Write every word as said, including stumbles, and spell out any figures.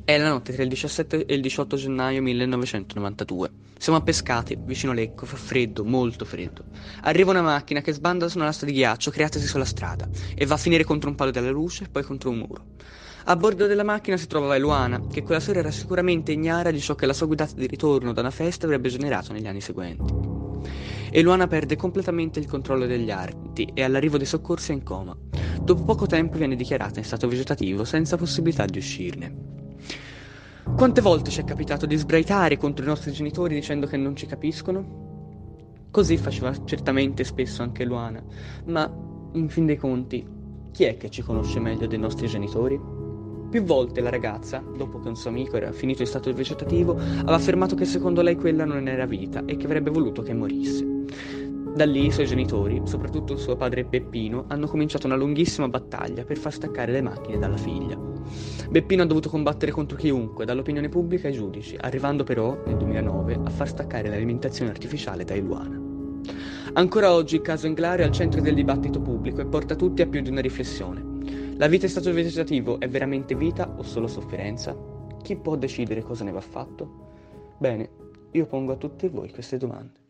È la notte tra il diciassette e il diciotto gennaio millenovecentonovantadue. Siamo a Pescate, vicino Lecco, fa freddo, molto freddo. Arriva una macchina che sbanda su una lastra di ghiaccio creatasi sulla strada e va a finire contro un palo della luce e poi contro un muro. A bordo della macchina si trovava Eluana, che quella sera era sicuramente ignara di ciò che la sua guidata di ritorno da una festa avrebbe generato negli anni seguenti. Eluana perde completamente il controllo degli arti e all'arrivo dei soccorsi è in coma. Dopo poco tempo viene dichiarata in stato vegetativo senza possibilità di uscirne. Quante volte ci è capitato di sbraitare contro i nostri genitori dicendo che non ci capiscono? Così faceva certamente spesso anche Luana, ma in fin dei conti, chi è che ci conosce meglio dei nostri genitori? Più volte la ragazza, dopo che un suo amico era finito in stato vegetativo, aveva affermato che secondo lei quella non era vita e che avrebbe voluto che morisse. Da lì i suoi genitori, soprattutto suo padre Beppino, hanno cominciato una lunghissima battaglia per far staccare le macchine dalla figlia. Beppino ha dovuto combattere contro chiunque, dall'opinione pubblica ai giudici, arrivando però, nel duemilanove, a far staccare l'alimentazione artificiale da Eluana. Ancora oggi il caso Englaro è al centro del dibattito pubblico e porta tutti a più di una riflessione. La vita in stato vegetativo è veramente vita o solo sofferenza? Chi può decidere cosa ne va fatto? Bene, io pongo a tutti voi queste domande.